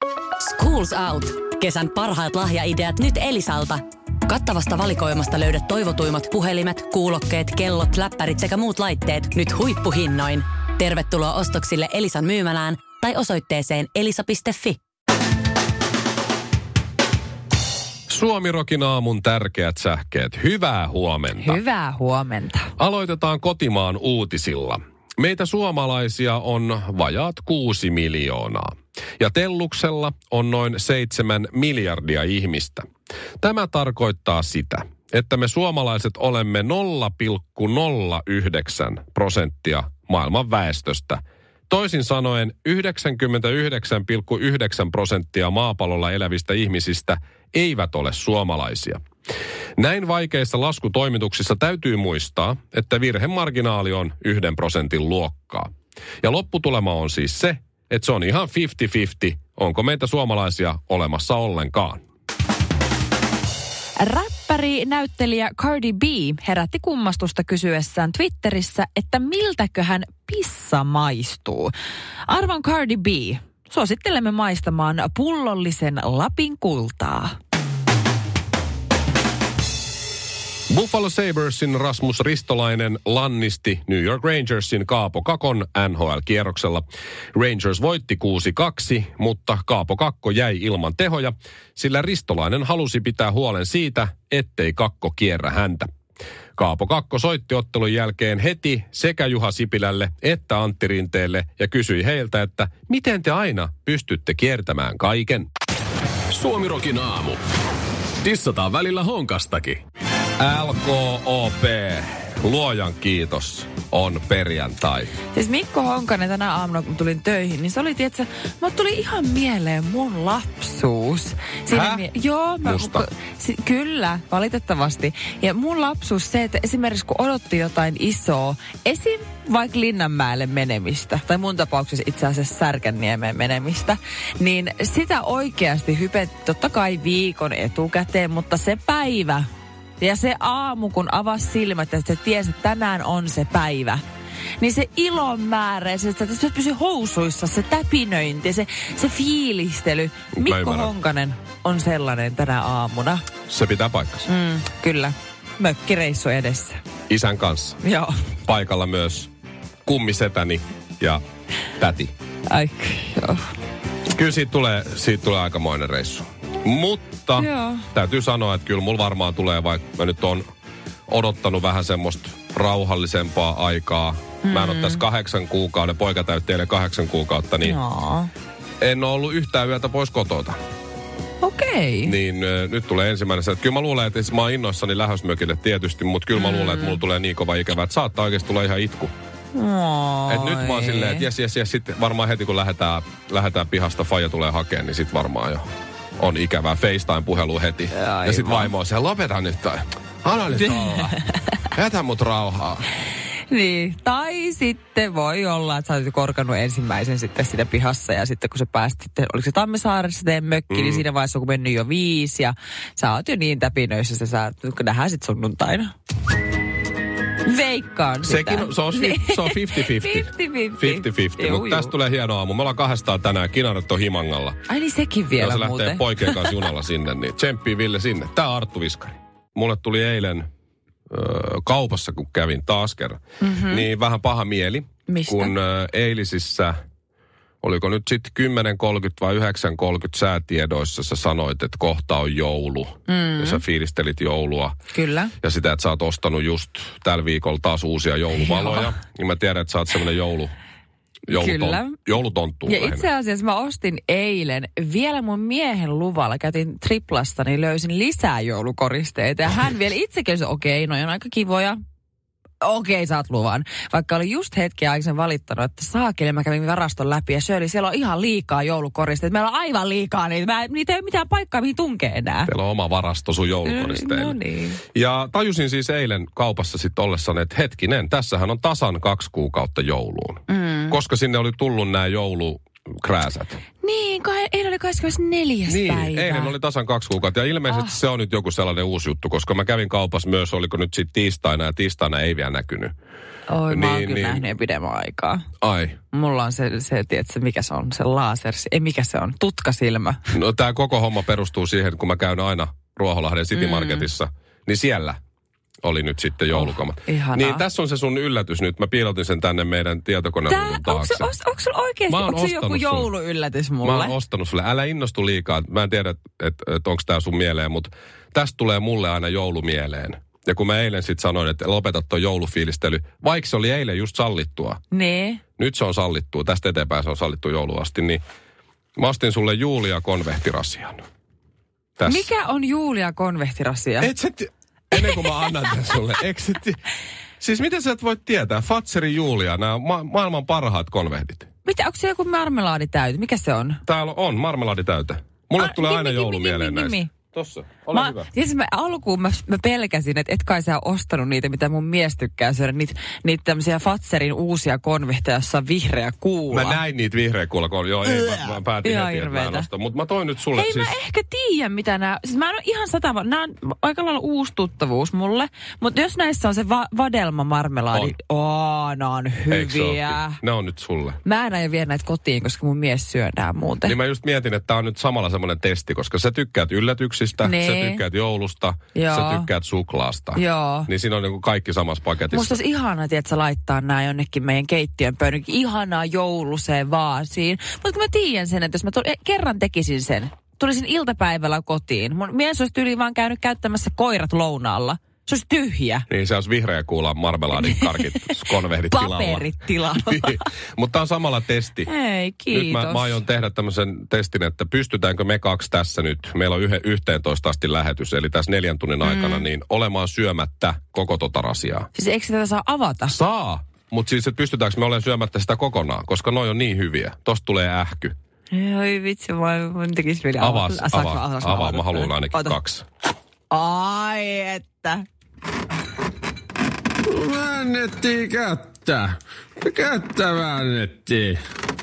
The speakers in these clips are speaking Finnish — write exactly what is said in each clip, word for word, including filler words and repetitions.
Schools Out. Kesän parhaat lahjaideat nyt Elisalta. Kattavasta valikoimasta löydät toivotuimmat puhelimet, kuulokkeet, kellot, läppärit sekä muut laitteet nyt huippuhinnoin. Tervetuloa ostoksille Elisan myymälään tai osoitteeseen elisa piste fi. Suomirokin aamun tärkeät sähkeet. Hyvää huomenta. Hyvää huomenta. Aloitetaan kotimaan uutisilla. Meitä suomalaisia on vajaat kuusi miljoonaa. Ja Telluksella on noin seitsemän miljardia ihmistä. Tämä tarkoittaa sitä, että me suomalaiset olemme nolla pilkku nolla yhdeksän prosenttia maailman väestöstä. Toisin sanoen yhdeksänkymmentäyhdeksän pilkku yhdeksän prosenttia maapallolla elävistä ihmisistä eivät ole suomalaisia. Näin vaikeissa laskutoimituksissa täytyy muistaa, että virhemarginaali on yhden prosentin luokkaa. Ja lopputulema on siis se, että se on ihan viisikymmentä viisikymmentä, onko meitä suomalaisia olemassa ollenkaan. Räppäri, näyttelijä Cardi B herätti kummastusta kysyessään Twitterissä, että miltäköhän pissa maistuu. Arvon Cardi B, suosittelemme maistamaan pullollisen Lapin kultaa. Buffalo Sabresin Rasmus Ristolainen lannisti New York Rangersin Kaapo Kakon N H L-kierroksella. Rangers voitti kuusi kaksi, mutta Kaapo Kakko jäi ilman tehoja, sillä Ristolainen halusi pitää huolen siitä, ettei Kakko kierrä häntä. Kaapo Kakko soitti ottelun jälkeen heti sekä Juha Sipilälle että Antti Rinteelle ja kysyi heiltä, että miten te aina pystytte kiertämään kaiken? Suomirokin aamu. Dissataan välillä honkastakin. L K O P, luojan kiitos, on perjantai. Siis Mikko Honkanen tänä aamuna, kun tulin töihin, niin se oli, tietsä, mä tuli ihan mieleen mun lapsuus. Hä? Mie- Joo. Mä, Musta? Si- kyllä, valitettavasti. Ja mun lapsuus se, että esimerkiksi kun odotti jotain isoa, esim. Vaikka Linnanmäelle menemistä, tai mun tapauksessa itse asiassa Särkänniemeen menemistä, niin sitä oikeasti hypetti totta kai viikon etukäteen, mutta se päivä, ja se aamu, kun avasi silmät ja se tiesi, että tänään on se päivä, niin se ilon määrä, se, että se pysyi housuissa, se täpinöinti, se, se fiilistely. Mikko Honkanen on sellainen tänä aamuna. Se pitää paikkansa. Mm, kyllä. Mökkireissu edessä. Isän kanssa. Joo. Paikalla myös kummisetäni ja täti. Ai, joo. Kyllä siitä tulee, siitä tulee aikamoinen reissu. Mutta Joo. täytyy sanoa, että kyllä mulla varmaan tulee, vaikka mä nyt on odottanut vähän semmoista rauhallisempaa aikaa. Mm. Mä en ole tässä kahdeksan kuukauden, poika täytteilee kahdeksan kuukautta, niin Joo. en ole ollut yhtään yötä pois kotota. Okei. Niin äh, nyt tulee ensimmäinen se, että kyllä mä luulen, että mä oon innoissani lähösmökille tietysti, mutta kyllä mä luulen, että mulla tulee niin kova ikävä, että saattaa oikeasti tulla ihan itku. Et nyt mä oon silleen, että jes, jes, jes, sitten varmaan heti kun lähdetään, lähdetään pihasta, faija tulee hakemaan, niin sit varmaan jo on ikävää FaceTime-puhelu heti. Aivan. Ja sit vaimo on siellä, lopeta nyt toi. Anna nyt olla. Jätä mut rauhaa. Niin, tai sitten voi olla, että sä oot korkannut ensimmäisen sitten siinä pihassa ja sitten kun sä pääsit sitten, oliko se Tammisaaressa teidän mökki, mm. niin siinä vaiheessa kun mennyt jo viisi ja sä oot jo niin täpinöissä, että sä nähdään sit sunnuntaina. Veikkaan sitä. Sekin, se on viisikymmentä viisikymmentä. viisikymmentä viisikymmentä. Mutta tästä tulee hieno aamu. Me ollaan kahdestaan tänään Kinaretto Himangalla. Ai niin sekin vielä muuten. Se muuten. lähtee poikien kanssa junalla sinne, niin tsemppii Ville sinne. Tää on Arttu Viskari. Mulle tuli eilen ö, kaupassa, kun kävin taas kerran, mm-hmm. niin vähän paha mieli. Mistä? Kun ö, eilisissä, oliko nyt sitten kymmenen kolmekymmentä vai yhdeksän kolmekymmentä säätiedoissa sä sanoit, että kohta on joulu. Mm. Ja sä fiilistelit joulua. Kyllä. Ja sitä, että sä oot ostanut just tällä viikolla taas uusia jouluvaloja. Joo. Niin mä tiedän, että sä oot semmoinen joulu, Kyllä. joulutonttu. Ja lähinnä. Itse asiassa mä ostin eilen vielä mun miehen luvalla, käytin triplasta, niin löysin lisää joulukoristeita. Ja hän vielä itsekin oli, okei, okay, no on aika kivoja. Okei, saat luvan. Vaikka oli just hetken aikaisemmin valittanut, että saakeli, mä kävin varaston läpi ja Shirley, siellä on ihan liikaa joulukoristeita. Meillä on aivan liikaa niitä. Mä, niitä ei ole mitään paikkaa, mihin tunkee enää. Teillä on oma varasto sun joulukoristeille. No niin. Ja tajusin siis eilen kaupassa sitten ollessani, että hetkinen, tässähän on tasan kaksi kuukautta jouluun. Mm. Koska sinne oli tullut nämä joulu krääsät. Niin, kai, eilen oli kahdeskymmenesneljäs Niin, päivä. eilen oli tasan kaksi kuukautta. Ja ilmeisesti oh. se on nyt joku sellainen uusi juttu, koska mä kävin kaupassa myös, oliko nyt sitten tiistaina, ja tiistaina ei vielä näkynyt. Oi, mä niin, oon kyllä niin. nähnyt jo pidemmän aikaa. Ai. Mulla on se, se tiedätkö, mikä se on, se laser, ei mikä se on, tutkasilmä. No tää koko homma perustuu siihen, kun mä käyn aina Ruoholahden City Marketissa, mm. niin siellä oli nyt sitten joulukamat. Oh, ihanaa. Niin tässä on se sun yllätys nyt. Mä piilotin sen tänne meidän tietokoneruudun taakse. Onko se, onko se oikeasti, onko se joku jouluyllätys mulle? Mä oon ostanut sulle. Älä innostu liikaa. Mä en tiedä, että et, et onko tää sun mieleen, mutta tästä tulee mulle aina joulumieleen. Ja kun mä eilen sitten sanoin, että lopeta toi joulufiilistely, vaikka se oli eilen just sallittua. Nee. Nyt se on sallittua. Tästä eteenpäin se on sallittu jouluasti. Niin mä ostin sulle Julia konvehtirasian. Tässä. Mikä on Julia konvehtirasia? Et sä t- ennen kuin mä annan tämän sulle. Eikö se t- siis miten sä et voi tietää? Fatseri Julia, nämä ma- maailman parhaat konvehdit. Mitä, onko se joku marmelaaditäyte? Mikä se on? Täällä on marmelaaditäyte. Mulle Ah, tulee nimi, aina nimi, joulu nimi, mieleen nimi, näistä. nimi. Tossa, ole mä, hyvä. Siis mä alkuun mä, mä pelkäsin, että et kai sä ole ostanut niitä, mitä mun mies tykkää syödä. Niitä, niitä tämmöisiä Fatserin uusia konvehteja, jossa on vihreä kuula. Mä näin niitä vihreä kuula, kun joo, ei, mä, mä päätin Ihan heti, että mä en hirveetä. osta. Mutta mä toin nyt sulle Hei, siis... mä ehkä tiedän, mitä nämä... Siis mä en ole ihan sata... Nämä on aika lailla uusi tuttavuus mulle. Mutta jos näissä on se va- vadelma-marmelaadi... Oo, nämä on Eikö se hyviä. ookin? Ne on nyt sulle. Mä en aio viedä näitä kotiin, koska mun mies syö nää muuten. Niin mä just mietin, että tää on nyt samalla semmoinen testi, koska sä tykkäät yllätyksistä, Nee. sä tykkäät joulusta, Joo. sä tykkäät suklaasta. Joo. Niin siinä on niinku kaikki samassa paketissa. Musta olisi ihanaa, että sä laittaa nää jonnekin meidän keittiön pöydän. Ihanaa jouluseen vaasiin. Mutta kun mä tiedän sen, että jos mä tuli, kerran tekisin sen, tulisin iltapäivällä kotiin. Mun mies olisi tyyliin vaan käynyt käyttämässä koirat lounaalla. Se olisi tyhjä. Niin se olisi vihreä kuula marmeladin karkit, konvehdit tilalla. Paperit tilalla. Niin. Mutta tämä on samalla testi. Ei, kiitos. Nyt mä, mä aion tehdä tämmöisen testin, että pystytäänkö me kaksi tässä nyt, meillä on yhe, yhteentoista asti lähetys, eli tässä neljän tunnin aikana, mm. niin olemaan syömättä koko tota rasiaa. Siis eikö tätä saa avata? Saa, mutta siis, että pystytäänkö me olemaan syömättä sitä kokonaan, koska noi on niin hyviä. Tosta tulee ähky. Oi vitsi, mä en tekisi vielä Avaa, avaa. avaa, avaa, mä haluan ainakin Ota. kaksi. Ai että. Väännettiin kättä. Kättä väännettiin.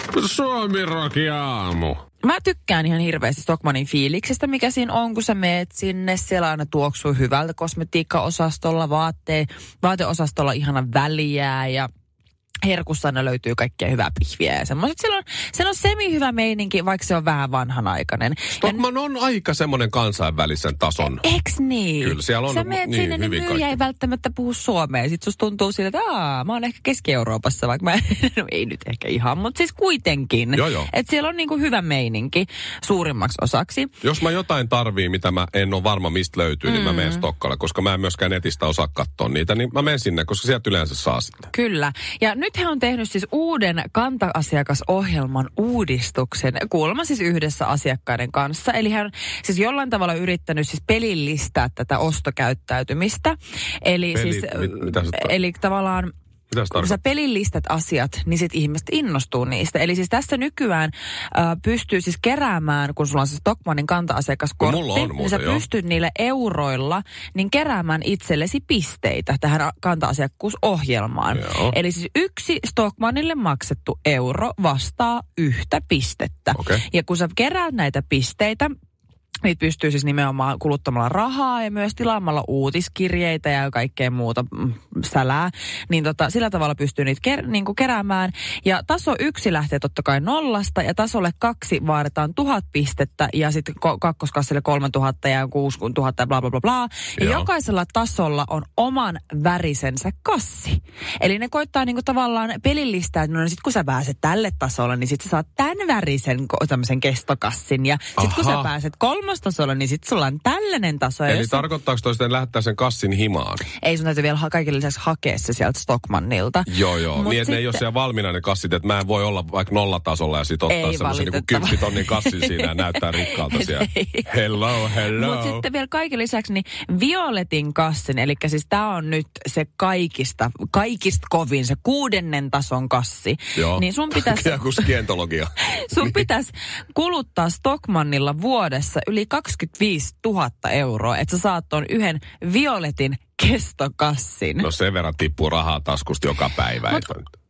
Suomi-roki aamu. Mä tykkään ihan hirveästi Stockmannin fiiliksestä, mikä siinä on, kun sä meet sinne. Siellä aina tuoksuu hyvältä kosmetiikka-osastolla, vaatteen, vaateosastolla ihana väliää ja herkussa aina löytyy kaikkea hyvää pihviä ja semmoiset. Siellä on, siellä on semi-hyvä meininki, vaikka se on vähän vanhanaikainen. Stockmann on aika semmoinen kansainvälisen tason. Eks niin? Kyllä, siellä on Sä meet niin, sinne, niin hyvin myyjä kaikki. ei välttämättä puhu suomea. Sitten susta tuntuu siltä, että aah, mä oon ehkä Keski-Euroopassa, vaikka mä no ei nyt ehkä ihan, mutta siis kuitenkin. Joo, joo. Että siellä on niinku hyvä meininki suurimmaksi osaksi. Jos mä jotain tarvii, mitä mä en ole varma mistä löytyy, mm. niin mä menen Stokkalle, koska mä en myöskään netistä osaa katsoa niitä, niin mä menen sinne, koska sieltä yleensä saa sitten. Kyllä. Ja nyt he on tehnyt siis uuden kanta-asiakasohjelman uudistuksen, kuulemma siis yhdessä asiakkaiden kanssa. Eli hän on siis jollain tavalla yrittänyt siis pelillistää tätä ostokäyttäytymistä. Eli Peli, siis, mit, mitä se ta- eli tavallaan... Mitä se kun sä tarkoittaa? pelillistät asiat, niin sit ihmiset innostuu niistä. Eli siis tässä nykyään äh, pystyy siis keräämään, kun sulla on se Stockmannin kanta-asiakaskortti, No, mulla on niin muuten, sä joo. pystyt niillä euroilla niin keräämään itsellesi pisteitä tähän a- kanta-asiakkuusohjelmaan. Joo. Eli siis yksi Stockmannille maksettu euro vastaa yhtä pistettä. Okei. Ja kun sä keräät näitä pisteitä, niitä pystyy siis nimenomaan kuluttamalla rahaa ja myös tilaamalla uutiskirjeitä ja kaikkea muuta mm, sälää. Niin tota, sillä tavalla pystyy niitä ker- niinku keräämään. Ja taso yksi lähtee totta kai nollasta ja tasolle kaksi vaaditaan tuhat pistettä ja sitten ko- kakkoskassille kolme tuhatta ja kuusi tuhatta ja bla bla bla bla. Ja Joo. jokaisella tasolla on oman värisensä kassi. Eli ne koittaa niinku tavallaan pelillistää, että no sit kun sä pääset tälle tasolle, niin sit sä saat tämän värisen ko- tämmöisen kestokassin. Ja sit kun sä Aha. pääset kolmostasolle, niin sit sulla on tällainen taso. Ja Eli jos- tarkoittaako toi sitten lähettää sen kassin himaan? ei sun täytyy vielä ha- kaikille lisäksi hakea se sieltä Stockmannilta. Joo, joo. Mut Niin, että ne ei ole sitten- siellä valmiina ne kassit, että mä en voi olla vaikka nollatasolla ja sit ottaa Ei semmoisen niin valitettava- kymppitonnin kassin siinä ja näyttää rikkaalta siellä. Ei. Hello, hello. Mutta sitten vielä kaiken lisäksi niin violetin kassin, eli siis tämä on nyt se kaikista, kaikista kovin, se kuudennen tason kassi. Joo. Niin sun pitäisi... Joku skientologia. Sun pitäisi kuluttaa Stockmannilla vuodessa yli kaksikymmentäviisituhatta euroa, että sä saat ton yhden violetin kestokassin. No sen verran tippuu rahaa taskusta joka päivä. Mut, Ei toi-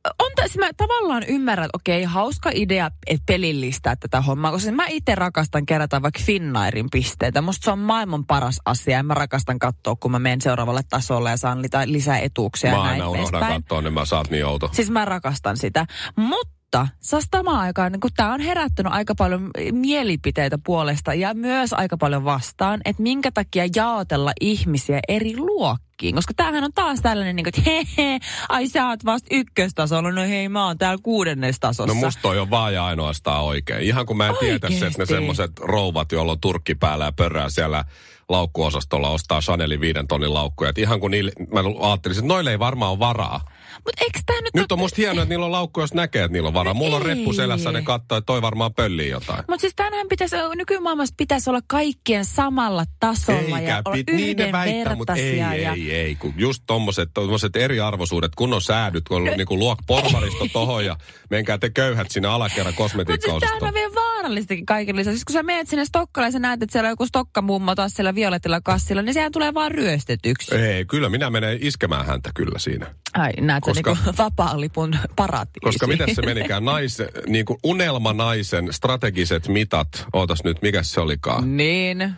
on tässä, mä tavallaan ymmärrän, että okei, hauska idea et pelillistää tätä hommaa, koska mä itse rakastan kerätä vaikka Finnairin pisteitä. Musta se on maailman paras asia ja mä rakastan katsoa, kun mä menen seuraavalle tasolle ja saan lisää etuuksia ja näin Mä aina unohdan katsoa, niin mä saat niin outo. Siis mä rakastan sitä, mutta Mutta samaan aikaan, niin kun tämä on herättänyt aika paljon mielipiteitä puolesta ja myös aika paljon vastaan, että minkä takia jaotella ihmisiä eri luokkiin. Koska tämähän on taas tällainen, niin kuin, että he he, ai sä oot vasta ykköstasolla, no hei mä oon täällä kuudennestasossa. No musta toi on vaan ja ainoastaan oikein. Ihan kun mä en tietäisi, että ne semmoiset rouvat, joilla on turkki päällä ja pörrää siellä laukkuosastolla ostaa Chanelin viiden tonnin laukkuja. Et ihan kun niille, mä ajattelisin, että noille ei varmaan ole varaa. Mut eikö tää nyt... Nyt on musta hienoa, että niillä on laukku, jos näkee, että niillä on varaa. Mulla on reppu selässä, ne katsoo, että toi varmaan pöllii jotain. Mutta siis tänään pitäisi, nykymaailmassa pitäisi olla kaikkien samalla tasolla. Eikä, ja olla pit, niin ne väittää, mutta ei, ja... ei, ei. Kun just tommoset, tommoset eriarvoisuudet, kun on säädyt, kun on niinku luok porvaristo tohon ja menkää te köyhät sinne alakerran kosmetiikkaosastoon. Mutta siis tämähän on vielä vaarallistakin kaikille. Siis kun sä menet sinne Stokkalle ja sä näet, että siellä on joku stokkamummo taas siellä violetilla kassilla, niin sehän tulee vaan ryöstetyksi. Ei, kyllä minä menen iskemään häntä kyllä siinä. Ai, näet sä koska, niinku vapaan lipun paratiisi. Koska miten se menikään? Naisen, niinku unelmanaisen strategiset mitat. Ootas nyt, mikä se olikaan? Niin.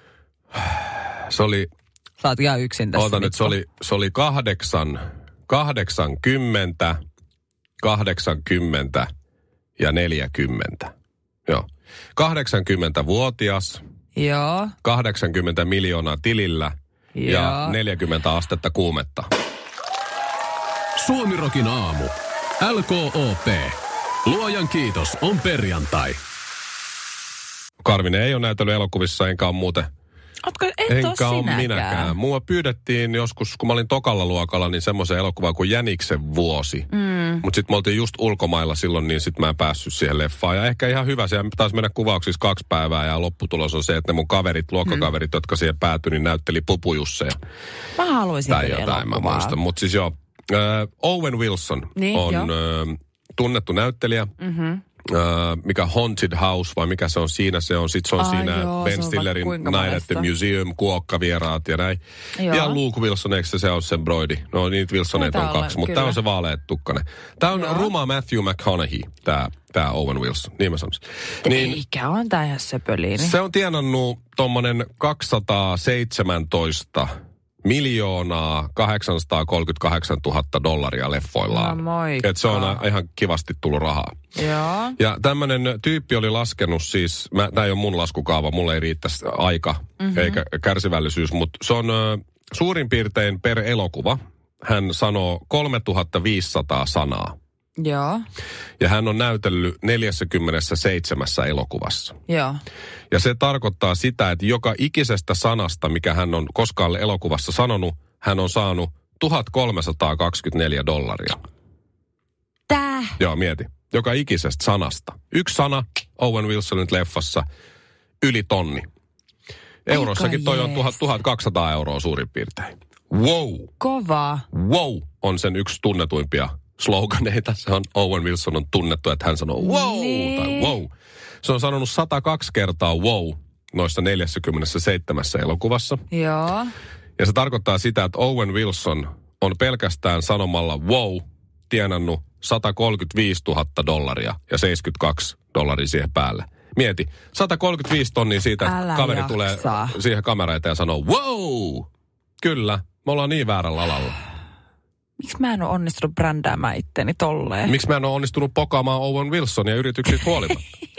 Se oli... Sä oot ihan yksin tässä. Oota nyt, se oli, se oli kahdeksan, kahdeksankymmentä, kahdeksankymmentä ja neljäkymmentä. Joo. kahdeksankymmentävuotias. Joo. kahdeksankymmentä miljoonaa tilillä. Joo. Ja neljäkymmentä astetta kuumetta. Suomirokin aamu. L K O P. Luojan kiitos, on perjantai. Karvinen ei ole näytellyt elokuvissa, enkä ole muuten... Ootko, et enkä ole ole minäkään. Mua pyydettiin joskus, kun mä olin tokalla luokalla, niin semmoisen elokuvaan kuin Jäniksen vuosi. Mm. Mutta sitten me oltiin just ulkomailla silloin, niin sitten mä en päässyt siihen leffaan. Ja ehkä ihan hyvä, siellä taisi mennä kuvauksissa kaksi päivää ja lopputulos on se, että ne mun kaverit, luokkakaverit, mm. jotka siihen päätyi, niin näytteli Pupujusseja. Mä haluaisin tai jotain, mä muistan. Mutta siis joo, äh, Owen Wilson niin, on äh, tunnettu näyttelijä. Mm-hmm. Uh, mikä Haunted House vai mikä se on siinä, se on sit se on ah, siinä joo, Ben Stillerin Night at the Museum, kuokkavieraat ja näin. Joo. Ja Luke Wilson, eikö se, se on sen Broidi? No niitä Wilsoneita on kaksi, mutta tämä on se vaaleettukkanen. Tämä on joo. ruma Matthew McConaughey, tämä tää Owen Wilson, niin mä sanoisin. Niin, eikä on tää ihan söpöliini. Se on tienannut tommonen kaksisataaseitsemäntoista miljoonaa kahdeksansataakolmekymmentäkahdeksantuhatta dollaria leffoillaan. No että se on ihan kivasti tullut rahaa. Joo. Ja tämmönen tyyppi oli laskenut siis, tämä ei ole mun laskukaava, mulle ei riittäisi aika mm-hmm. eikä kärsivällisyys, mutta se on ö, suurin piirtein per elokuva. Hän sanoo kolmetuhattaviisisataa sanaa. Joo. Ja hän on näytellyt neljäkymmentäseitsemän elokuvassa. Joo. Ja se tarkoittaa sitä, että joka ikisestä sanasta, mikä hän on koskaan elokuvassa sanonut, hän on saanut tuhatkolmesataakaksikymmentäneljä dollaria. Tää? Joo, mieti. Joka ikisestä sanasta. Yksi sana Owen Wilsonin leffassa, yli tonni. Eurossakin toi on tuhatkaksisataa euroa suurin piirtein. Wow! Kova. Wow on sen yksi tunnetuimpia sloganeita. Se on Owen Wilson on tunnettu, että hän sanoo wow niin. tai wow. Se on sanonut sata kaksi kertaa wow noissa neljäkymmentäseitsemän elokuvassa. Joo. Ja se tarkoittaa sitä, että Owen Wilson on pelkästään sanomalla wow tienannut sata kolmekymmentäviisituhatta dollaria ja seitsemänkymmentäkaksi dollaria siihen päälle. Mieti, sata kolmekymmentäviisi tonnia siitä, että älä kaveri jaksaa. tulee siihen kameraan eteen ja sanoo wow. Kyllä, me ollaan niin väärällä alalla. Miksi mä en ole onnistunut brändäämään itteni tolleen? Miksi mä en ole onnistunut pokaamaan Owen Wilsonia yrityksistä huolimatta?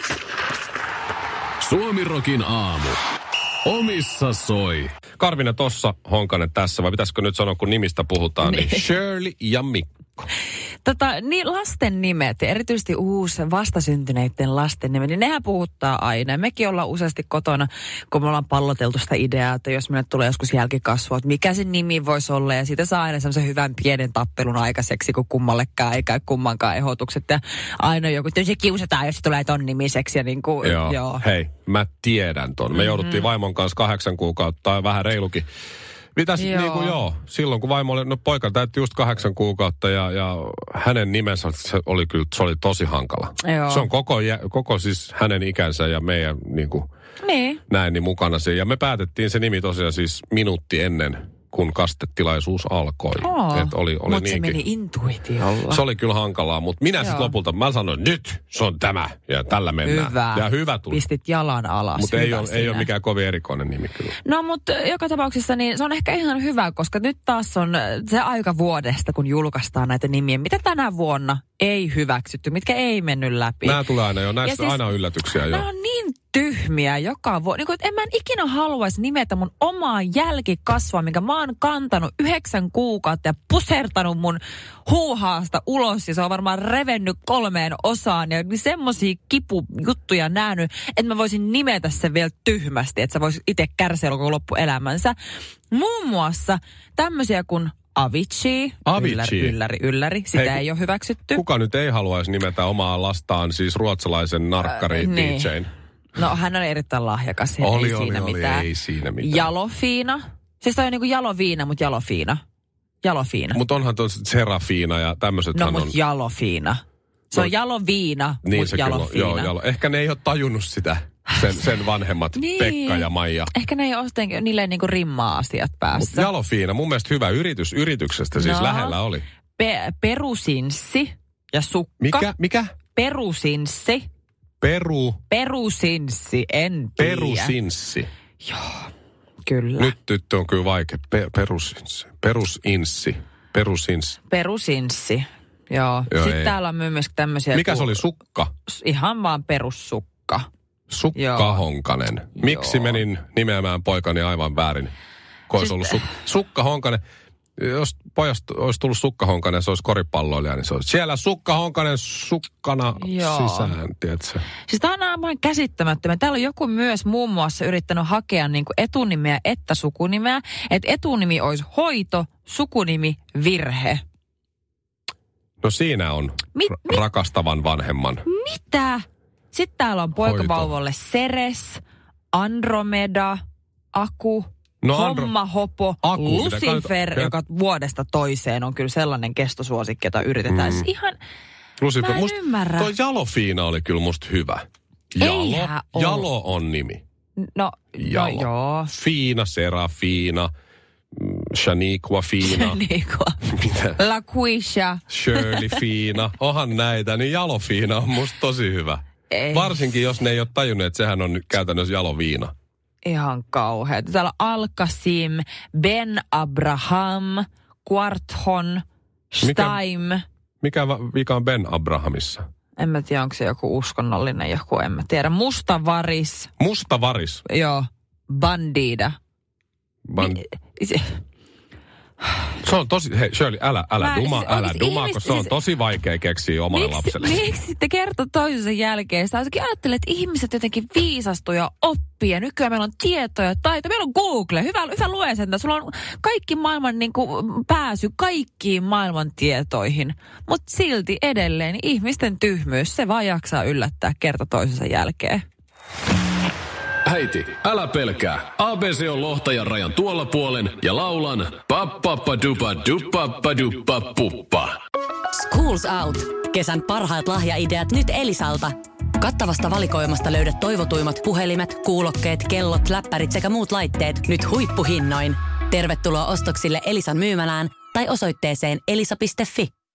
Suomirokin aamu. Omissa soi. Karvinen tossa, Honkanen tässä, vai pitäisikö nyt sanoa, kun nimistä puhutaan, niin, niin Shirley ja Mikko. Tota, niin lasten nimet, erityisesti uusi vastasyntyneiden lasten nimet, niin nehän puhuttaa aina. Mekin ollaan useasti kotona, kun me ollaan palloteltu sitä ideaa, että jos meille tulee joskus jälkikasvua, että mikä se nimi voisi olla, ja siitä saa aina semmoisen hyvän pienen tappelun aikaiseksi, kun kummallekaan ei käy kummankaan ehdotukset. Ja aina joku, että se kiusataan, jos se tulee ton nimiseksi. Ja niin kuin, joo. joo, hei, mä tiedän ton. Me mm-hmm. jouduttiin vaimon kanssa kahdeksan kuukautta, tai vähän reilukin. Mitäs, joo. Niin kuin joo, silloin kun vaimo oli, no poika täytti just kahdeksan kuukautta ja, ja hänen nimensä se oli kyllä, se oli tosi hankala. Joo. Se on koko, koko siis hänen ikänsä ja meidän niin kuin niin. näin niin mukana se. Ja me päätettiin se nimi tosiaan siis minuutti ennen, kun kastetilaisuus alkoi. Oh, Et oli, oli mutta se meni intuitiolla. Se oli kyllä hankalaa, mutta minä sitten lopulta, mä sanoin, nyt se on tämä ja tällä mennään. Hyvä. Ja hyvä tuli. Pistit jalan alas. Mutta ei, ei ole mikään kovin erikoinen nimi kyllä. No mutta joka tapauksessa niin se on ehkä ihan hyvä, koska nyt taas on se aika vuodesta, kun julkaistaan näitä nimiä, mitä tänä vuonna ei hyväksytty, mitkä ei mennyt läpi. Nämä tulee aina jo, näistä siis, aina on yllätyksiä jo. Nämä on niin tyhmiä joka vuosi. Niin kuin, en mä en ikinä haluaisi nimetä mun omaa jälkikasvaa, minkä mä oon kantanut yhdeksän kuukautta ja pusertanut mun huuhaasta ulos. Ja se on varmaan revennyt kolmeen osaan ja semmosia kipujuttuja nähnyt, että mä voisin nimetä sen vielä tyhmästi, että sä voisit itse kärsiä koko loppuelämänsä. Muun muassa tämmöisiä kuin Avicii, Avicii. Ylläri, ylläri, ylläri. Sitä Hei, ei ole hyväksytty. Kuka nyt ei haluaisi nimetä omaa lastaan, siis ruotsalaisen narkkari äh, niin. D J:n? No hän oli erittäin lahjakas, oli, ei oli, siinä oli, mitään. ei siinä mitään. Jalofiina. Siis toi on niinku jaloviina, mutta jalofiina. Jalofiina. Mutta onhan tuon Serafiina ja tämmöiset No on... mut jalofiina. Se on jaloviina, niin mut se kyllä on, jalofiina. joo, jalo. Ehkä ne ei ole tajunnut sitä, sen, sen vanhemmat niin. Pekka ja Maija. Ehkä ne ei ole jotenkin, niille ei niinku rimmaa asiat päässä. Mut Jalofiina, mun mielestä hyvä yritys yrityksestä, siis no. lähellä oli. Pe- perusinssi ja sukka. Mikä? Mikä? Perusinssi. Peru. Perusinssi, en tiedä. Perusinssi. Joo, kyllä. Nyt tyttö on kyllä vaikea. Pe- perusinssi. Perusinssi. Perusinssi. Perusinssi. Joo. Joo, Sitten ei. täällä on myös tämmöisiä... Mikä ku... se oli? Sukka? Ihan vaan perussukka. Sukka Joo. Honkanen. Miksi Joo. menin nimeämään poikani aivan väärin? Kun olisi Siis- ollut suk- Sukka Honkanen. Jos pojasta olisi tullut Sukka Honkanen, se olisi koripalloilija, niin se olisi siellä Sukka Honkanen sukkana Joo. sisään, tiedätkö? Siis tämä on aivan käsittämättömän. Täällä on joku myös muun muassa yrittänyt hakea niin kuin etunimeä että sukunimeä. Että etunimi olisi hoito, sukunimi virhe. No siinä on Mi- ra- mi- rakastavan vanhemman. Mitä? Sitten täällä on poikavauvalle Ceres, Andromeda, Aku, No, Andro- Homma, Hopo, Aku, mitä Lucifer, kannata- joka vuodesta toiseen on kyllä sellainen kestosuosikki, jota yritetään. Mm. Siis ihan, Lucifer, mä en musta ymmärrä. Tuo Jalofiina oli kyllä musta hyvä. Jalo, Eihän oo. Jalo on nimi. no, Jalo. no joo. Fiina, Serafina, mm, Shaniqua Fiina. Niinku, Mitä? La Quisha. Shirley Fiina. Onhan näitä, niin Jalofiina on musta tosi hyvä. Ei. Varsinkin, jos ne ei ole tajunnut, että sehän on nyt käytännössä Jaloviina. Ihan kauheat. Täällä on Al-Qasim, Ben Abraham, Quarthon, Steim. Mikä va- vika on Ben Abrahamissa? En mä tiedä, onko se joku uskonnollinen joku, en mä tiedä. Mustavaris, Musta varis. joo, Bandida. Van... Mi- se- Se on tosi, hei Shirley, älä, älä Mä- duma, siis älä oikeesti duma, ihmiset- koska se on siis- tosi vaikea keksiä omalle Miksi, lapselle. miksi te kertoo toisensa jälkeen? Sitä jotenkin ajattelee, että ihmiset jotenkin viisastuu ja oppii. Ja nykyään meillä on tietoja ja taito. Meillä on Google. Hyvä, hyvä lue sen. Sulla on kaikki maailman niin kuin, pääsy kaikkiin maailman tietoihin. Mutta silti edelleen niin ihmisten tyhmyys, se vaan jaksaa yllättää kerta toisensa jälkeen. Äiti, älä pelkää. A B C on lohtajan rajan tuolla puolen ja laulan pappappadupa duppappaduppa puppa. Schools Out. Kesän parhaat lahjaideat nyt Elisalta. Kattavasta valikoimasta löydät toivotuimmat puhelimet, kuulokkeet, kellot, läppärit sekä muut laitteet nyt huippuhinnoin. Tervetuloa ostoksille Elisan myymälään tai osoitteeseen elisa piste fi.